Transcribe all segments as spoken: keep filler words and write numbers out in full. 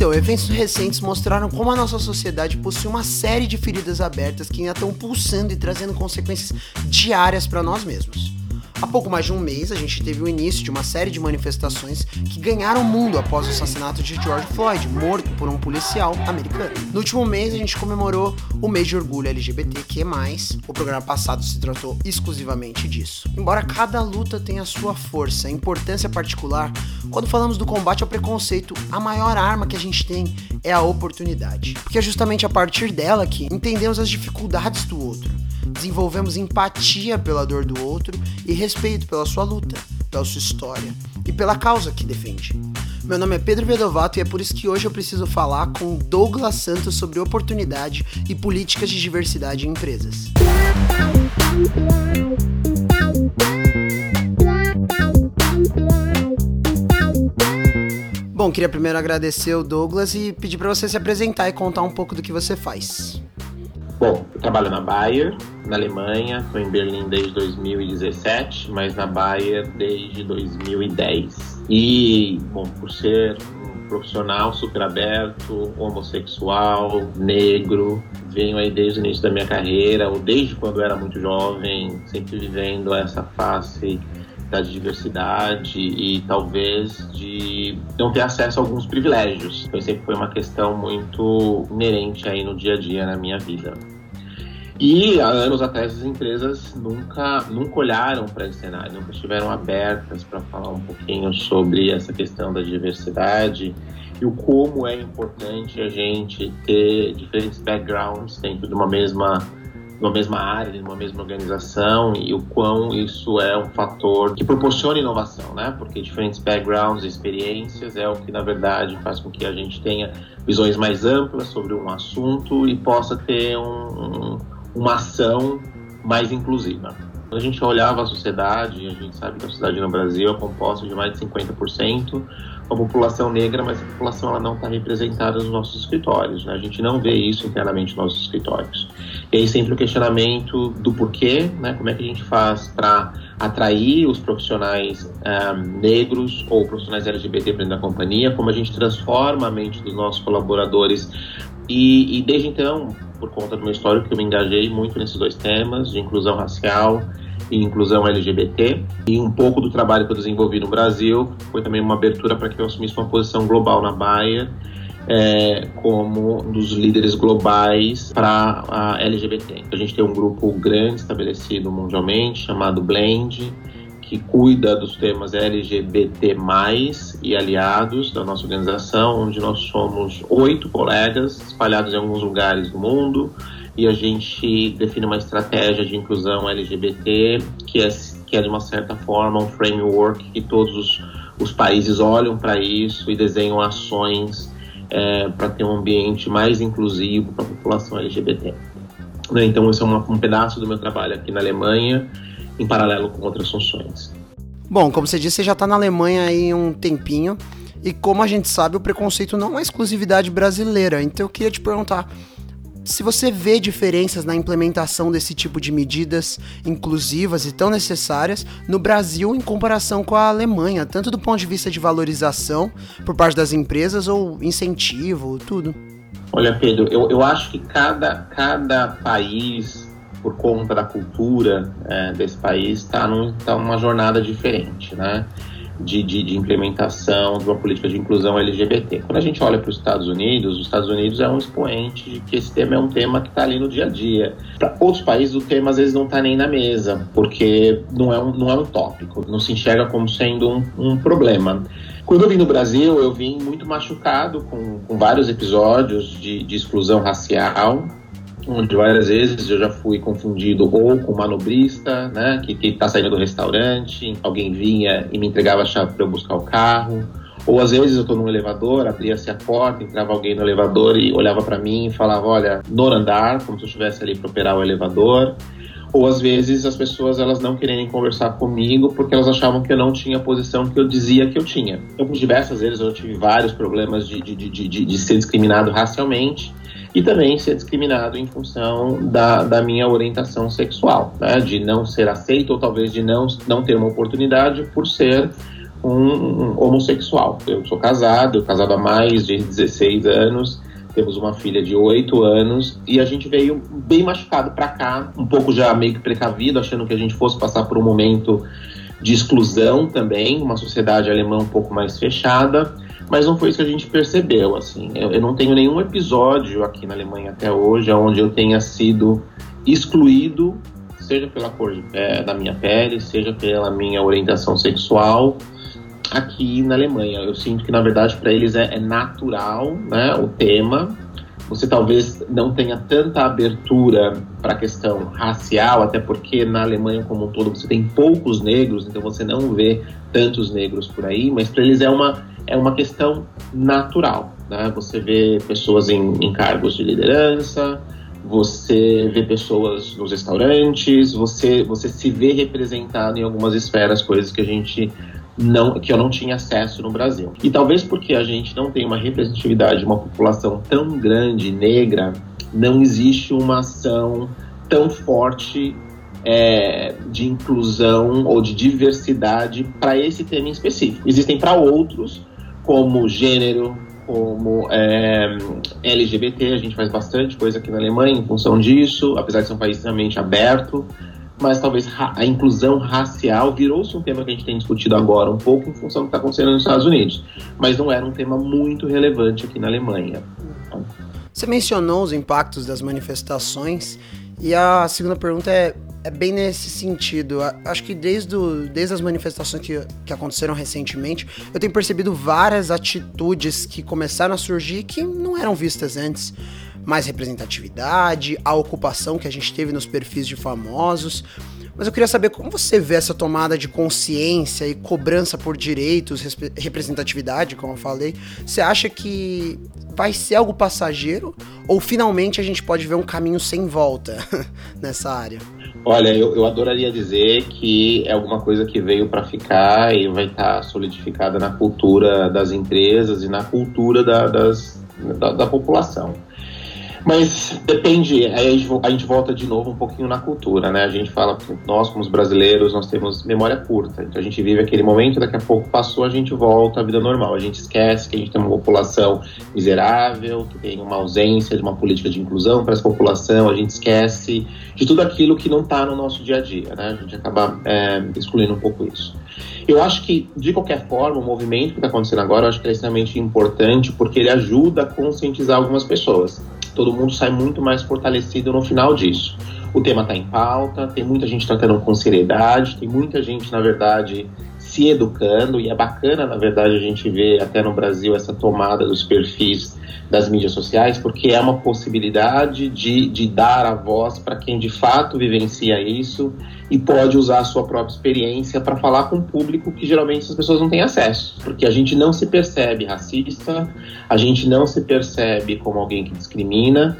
Então, eventos recentes mostraram como a nossa sociedade possui uma série de feridas abertas que ainda estão pulsando e trazendo consequências diárias para nós mesmos. Há pouco mais de um mês, a gente teve o início de uma série de manifestações que ganharam o mundo após o assassinato de George Floyd, morto por um policial americano. No último mês, a gente comemorou o mês de orgulho L G B T Q mais, o programa passado se tratou exclusivamente disso. Embora cada luta tenha sua força e importância particular, quando falamos do combate ao preconceito, a maior arma que a gente tem é a oportunidade. Porque é justamente a partir dela que entendemos as dificuldades do outro, desenvolvemos empatia pela dor do outro e respeito pela sua luta, pela sua história e pela causa que defende. Meu nome é Pedro Vedovato e é por isso que hoje eu preciso falar com Douglas Santos sobre oportunidade e políticas de diversidade em empresas. Bom, queria primeiro agradecer o Douglas e pedir para você se apresentar e contar um pouco do que você faz. Bom, eu trabalho na Bayer, na Alemanha, estou em Berlim desde dois mil e dezessete, mas na Bayer desde dois mil e dez. E, bom, por ser um profissional super aberto, homossexual, negro, venho aí desde o início da minha carreira, ou desde quando eu era muito jovem, sempre vivendo essa face da diversidade e talvez de não ter acesso a alguns privilégios. Então sempre foi uma questão muito inerente aí no dia a dia na minha vida. E há anos atrás as empresas nunca, nunca olharam para esse cenário, nunca estiveram abertas para falar um pouquinho sobre essa questão da diversidade e o como é importante a gente ter diferentes backgrounds dentro de uma mesma numa mesma área, numa mesma organização, e o quão isso é um fator que proporciona inovação, né? Porque diferentes backgrounds e experiências é o que, na verdade, faz com que a gente tenha visões mais amplas sobre um assunto e possa ter um, um, uma ação mais inclusiva. Quando a gente olhava a sociedade, a gente sabe que a sociedade no Brasil é composta de mais de cinquenta por cento a população negra, mas a população ela não está representada nos nossos escritórios, né? A gente não vê isso internamente nos nossos escritórios. E aí sempre o questionamento do porquê, né? Como é que a gente faz para atrair os profissionais um, negros ou profissionais L G B T para dentro da companhia, como a gente transforma a mente dos nossos colaboradores. E, e desde então, por conta do meu histórico, eu me engajei muito nesses dois temas, de inclusão racial e inclusão L G B T, e um pouco do trabalho que eu desenvolvi no Brasil foi também uma abertura para que eu assumisse uma posição global na Bayer, é, como um dos líderes globais para a L G B T. A gente tem um grupo grande estabelecido mundialmente, chamado Blend, que cuida dos temas L G B T mais, e aliados da nossa organização, onde nós somos oito colegas espalhados em alguns lugares do mundo, e a gente define uma estratégia de inclusão L G B T que é, que é de uma certa forma um framework que todos os, os países olham para isso e desenham ações é, para ter um ambiente mais inclusivo para a população L G B T. Então esse é uma, um pedaço do meu trabalho aqui na Alemanha, em paralelo com outras funções. Bom, como você disse, você já está na Alemanha aí um tempinho, e como a gente sabe, o preconceito não é exclusividade brasileira. Então eu queria te perguntar se você vê diferenças na implementação desse tipo de medidas inclusivas e tão necessárias no Brasil em comparação com a Alemanha, tanto do ponto de vista de valorização por parte das empresas ou incentivo, tudo. Olha, Pedro, eu, eu acho que cada, cada país, por conta da cultura é, desse país, está num, tá numa jornada diferente, né? De, de, de implementação de uma política de inclusão L G B T. Quando a gente olha para os Estados Unidos, os Estados Unidos é um expoente de que esse tema é um tema que está ali no dia a dia. Para outros países, o tema às vezes não está nem na mesa, porque não é um, não é um tópico, não se enxerga como sendo um, um problema. Quando eu vim no Brasil, eu vim muito machucado com, com vários episódios de, de exclusão racial, onde várias vezes eu já fui confundido ou com manobrista, né, que está saindo do restaurante, alguém vinha e me entregava a chave para eu buscar o carro, ou às vezes eu estou num elevador, abria-se a porta, entrava alguém no elevador e olhava para mim e falava, olha, no andar, como se eu estivesse ali para operar o elevador, ou às vezes as pessoas elas não querem conversar comigo porque elas achavam que eu não tinha a posição que eu dizia que eu tinha. Então, por diversas vezes eu tive vários problemas de, de, de, de, de ser discriminado racialmente, e também ser discriminado em função da, da minha orientação sexual, né? De não ser aceito ou talvez de não, não ter uma oportunidade por ser com um homossexual. Eu sou casado, eu casado há mais de dezesseis anos, temos uma filha de oito anos, e a gente veio bem machucado para cá, um pouco já meio que precavido, achando que a gente fosse passar por um momento de exclusão também, uma sociedade alemã um pouco mais fechada, mas não foi isso que a gente percebeu, assim. Eu, eu não tenho nenhum episódio aqui na Alemanha até hoje onde eu tenha sido excluído, seja pela cor é, da minha pele, seja pela minha orientação sexual, aqui na Alemanha. Eu sinto que, na verdade, para eles é, é natural, né, o tema. Você talvez não tenha tanta abertura para a questão racial, até porque na Alemanha como um todo você tem poucos negros, então você não vê tantos negros por aí, mas para eles é uma, é uma questão natural, né? Você vê pessoas em, em cargos de liderança, você vê pessoas nos restaurantes, você, você se vê representado em algumas esferas, coisas que a gente não, que eu não tinha acesso no Brasil. E talvez porque a gente não tem uma representatividade de uma população tão grande, negra, não existe uma ação tão forte é, de inclusão ou de diversidade para esse tema em específico. Existem para outros, como gênero, como é, L G B T, a gente faz bastante coisa aqui na Alemanha em função disso, apesar de ser um país extremamente aberto, mas talvez a inclusão racial virou-se um tema que a gente tem discutido agora um pouco em função do que está acontecendo nos Estados Unidos, mas não era um tema muito relevante aqui na Alemanha. Você mencionou os impactos das manifestações e a segunda pergunta é, é bem nesse sentido. Acho que desde, o, desde as manifestações que, que aconteceram recentemente, eu tenho percebido várias atitudes que começaram a surgir que não eram vistas antes. Mais representatividade, a ocupação que a gente teve nos perfis de famosos. Mas eu queria saber como você vê essa tomada de consciência e cobrança por direitos, representatividade, como eu falei. Você acha que vai ser algo passageiro ou finalmente a gente pode ver um caminho sem volta nessa área? Olha, eu, eu adoraria dizer que é alguma coisa que veio para ficar e vai estar solidificada na cultura das empresas e na cultura da, das, da, da população. Mas depende, aí a gente volta de novo um pouquinho na cultura, né? A gente fala que nós, como os brasileiros, nós temos memória curta. Então a gente vive aquele momento, daqui a pouco passou, a gente volta à vida normal. A gente esquece que a gente tem uma população miserável, que tem uma ausência de uma política de inclusão para essa população. A gente esquece de tudo aquilo que não está no nosso dia a dia, né? A gente acaba é, excluindo um pouco isso. Eu acho que, de qualquer forma, o movimento que está acontecendo agora, eu acho que é extremamente importante porque ele ajuda a conscientizar algumas pessoas. Todo mundo sai muito mais fortalecido no final disso. O tema está em pauta, tem muita gente tratando com seriedade, tem muita gente, na verdade, se educando, e é bacana, na verdade, a gente ver até no Brasil essa tomada dos perfis das mídias sociais, porque é uma possibilidade de, de dar a voz para quem de fato vivencia isso e pode usar a sua própria experiência para falar com um público que geralmente essas pessoas não têm acesso, porque a gente não se percebe racista, a gente não se percebe como alguém que discrimina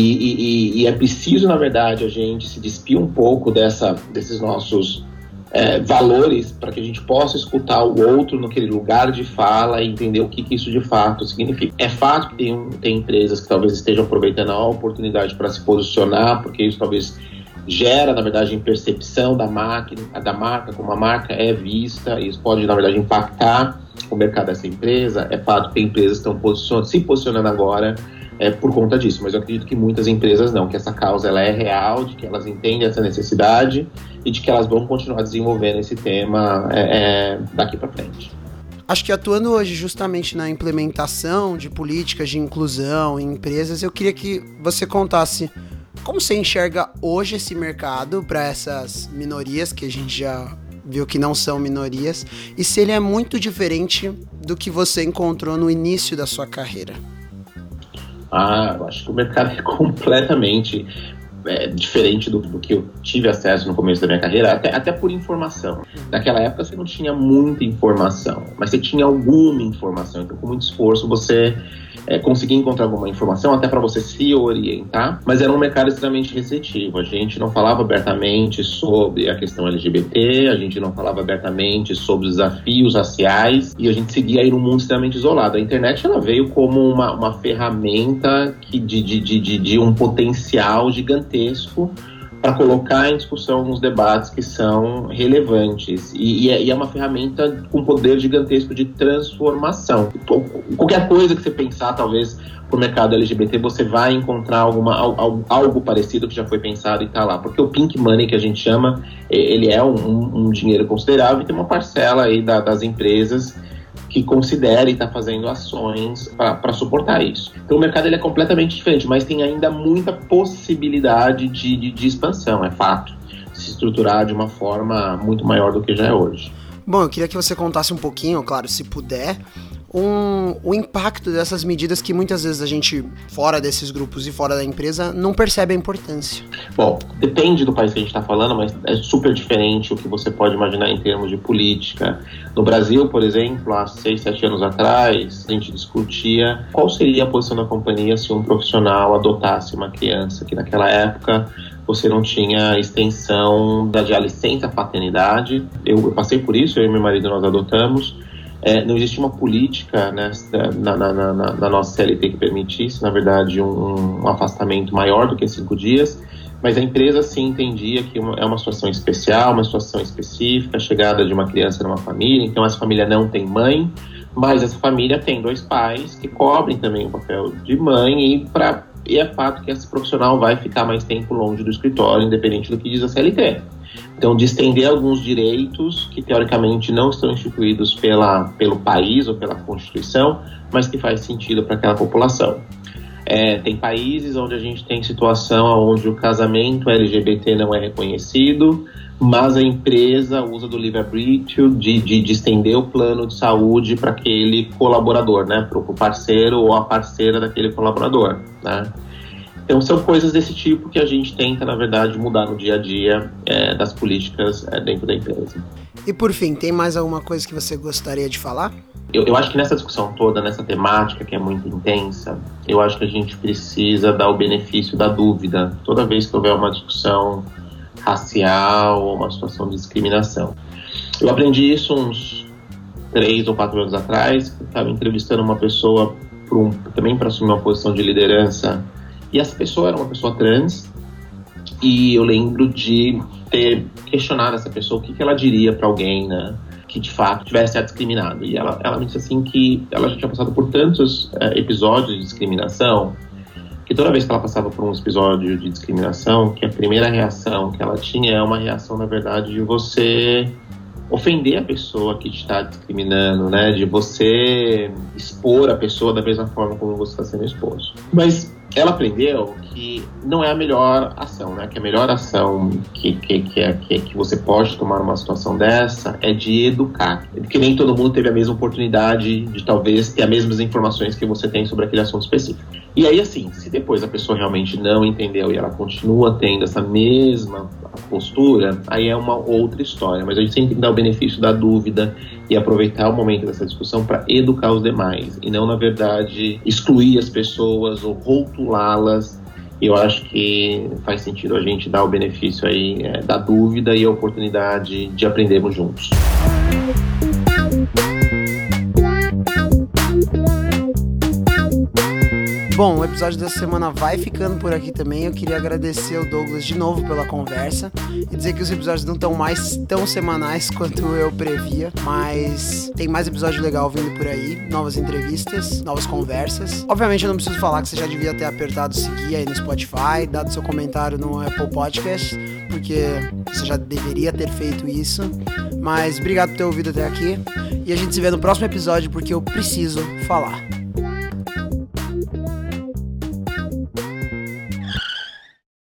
e, e, e é preciso, na verdade, a gente se despir um pouco dessa, desses nossos É, valores para que a gente possa escutar o outro naquele lugar de fala e entender o que, que isso de fato significa. É fato que tem, tem empresas que talvez estejam aproveitando a oportunidade para se posicionar, porque isso talvez gera, na verdade, a percepção da marca, da marca, como a marca é vista, e isso pode, na verdade, impactar o mercado dessa empresa. É fato que tem empresas que estão posicion- se posicionando agora É por conta disso, mas eu acredito que muitas empresas não, que essa causa ela é real, de que elas entendem essa necessidade e de que elas vão continuar desenvolvendo esse tema é, é, daqui para frente. Acho que atuando hoje justamente na implementação de políticas de inclusão em empresas, eu queria que você contasse como você enxerga hoje esse mercado para essas minorias, que a gente já viu que não são minorias, e se ele é muito diferente do que você encontrou no início da sua carreira. Ah, eu acho que o mercado é completamente é, diferente do, do que eu tive acesso no começo da minha carreira, até, até por informação. Naquela época você não tinha muita informação, mas você tinha alguma informação, então com muito esforço você é, conseguia encontrar alguma informação até para você se orientar, mas era um mercado extremamente receptivo. A gente não falava abertamente sobre a questão L G B T, a gente não falava abertamente sobre os desafios raciais e a gente seguia aí num mundo extremamente isolado. A internet ela veio como uma, uma ferramenta que de, de, de, de um potencial gigantesco para colocar em discussão alguns debates que são relevantes. E, e, é, e é uma ferramenta com poder gigantesco de transformação. Qualquer coisa que você pensar, talvez, para o mercado L G B T, você vai encontrar alguma, algo, algo parecido que já foi pensado e está lá. Porque o pink money, que a gente chama, ele é um, um dinheiro considerável e tem uma parcela aí da, das empresas que considera e está fazendo ações para suportar isso. Então o mercado ele é completamente diferente, mas tem ainda muita possibilidade de, de, de expansão, é fato, se estruturar de uma forma muito maior do que já é hoje. Bom, eu queria que você contasse um pouquinho, claro, se puder, um, o impacto dessas medidas que muitas vezes a gente, fora desses grupos e fora da empresa, não percebe a importância. Bom, depende do país que a gente está falando, mas é super diferente o que você pode imaginar em termos de política. No Brasil, por exemplo, há seis, sete anos atrás, a gente discutia qual seria a posição da companhia se um profissional adotasse uma criança, que naquela época você não tinha extensão da de licença paternidade. Eu, eu passei por isso, eu e meu marido nós adotamos. É, não existia uma política, né, na, na, na, na nossa C L T que permitisse, na verdade, um, um afastamento maior do que cinco dias, mas a empresa sim entendia que uma, é uma situação especial, uma situação específica, a chegada de uma criança numa família, então essa família não tem mãe, mas essa família tem dois pais que cobrem também o papel de mãe e, pra, e é fato que esse profissional vai ficar mais tempo longe do escritório, independente do que diz a C L T. Então, de estender alguns direitos que, teoricamente, não estão instituídos pela, pelo país ou pela Constituição, mas que faz sentido para aquela população. É, tem países onde a gente tem situação onde o casamento L G B T não é reconhecido, mas a empresa usa do livre-arbítrio de, de, de estender o plano de saúde para aquele colaborador, né, para o parceiro ou a parceira daquele colaborador, né? Então, são coisas desse tipo que a gente tenta, na verdade, mudar no dia a dia é, das políticas é, dentro da empresa. E, por fim, tem mais alguma coisa que você gostaria de falar? Eu, eu acho que nessa discussão toda, nessa temática que é muito intensa, eu acho que a gente precisa dar o benefício da dúvida toda vez que houver uma discussão racial ou uma situação de discriminação. Eu aprendi isso uns três ou quatro anos atrás, eu estava entrevistando uma pessoa por um, também para assumir uma posição de liderança. E essa pessoa era uma pessoa trans, e eu lembro de ter questionado essa pessoa o que, que ela diria para alguém, né, que de fato tivesse sido discriminado. E ela, ela me disse assim que ela já tinha passado por tantos é, episódios de discriminação, que toda vez que ela passava por um episódio de discriminação, que a primeira reação que ela tinha é uma reação, na verdade, de você ofender a pessoa que te está discriminando, né, de você expor a pessoa da mesma forma como você está sendo exposto. Mas ela aprendeu que não é a melhor ação, né? Que a melhor ação que, que, que, é, que, que você pode tomar numa situação dessa é de educar. Porque nem todo mundo teve a mesma oportunidade de talvez ter as mesmas informações que você tem sobre aquele assunto específico. E aí, assim, se depois a pessoa realmente não entendeu e ela continua tendo essa mesma postura, aí é uma outra história. Mas a gente sempre tem que dar o benefício da dúvida e aproveitar o momento dessa discussão para educar os demais e não, na verdade, excluir as pessoas ou rotulá-las. Eu acho que faz sentido a gente dar o benefício aí é, da dúvida e a oportunidade de aprendermos juntos. Bom, o episódio dessa semana vai ficando por aqui também. Eu queria agradecer ao Douglas de novo pela conversa e dizer que os episódios não estão mais tão semanais quanto eu previa, mas tem mais episódio legal vindo por aí, novas entrevistas, novas conversas. Obviamente eu não preciso falar que você já devia ter apertado seguir aí no Spotify, dado seu comentário no Apple Podcast, porque você já deveria ter feito isso. Mas obrigado por ter ouvido até aqui e a gente se vê no próximo episódio porque eu preciso falar.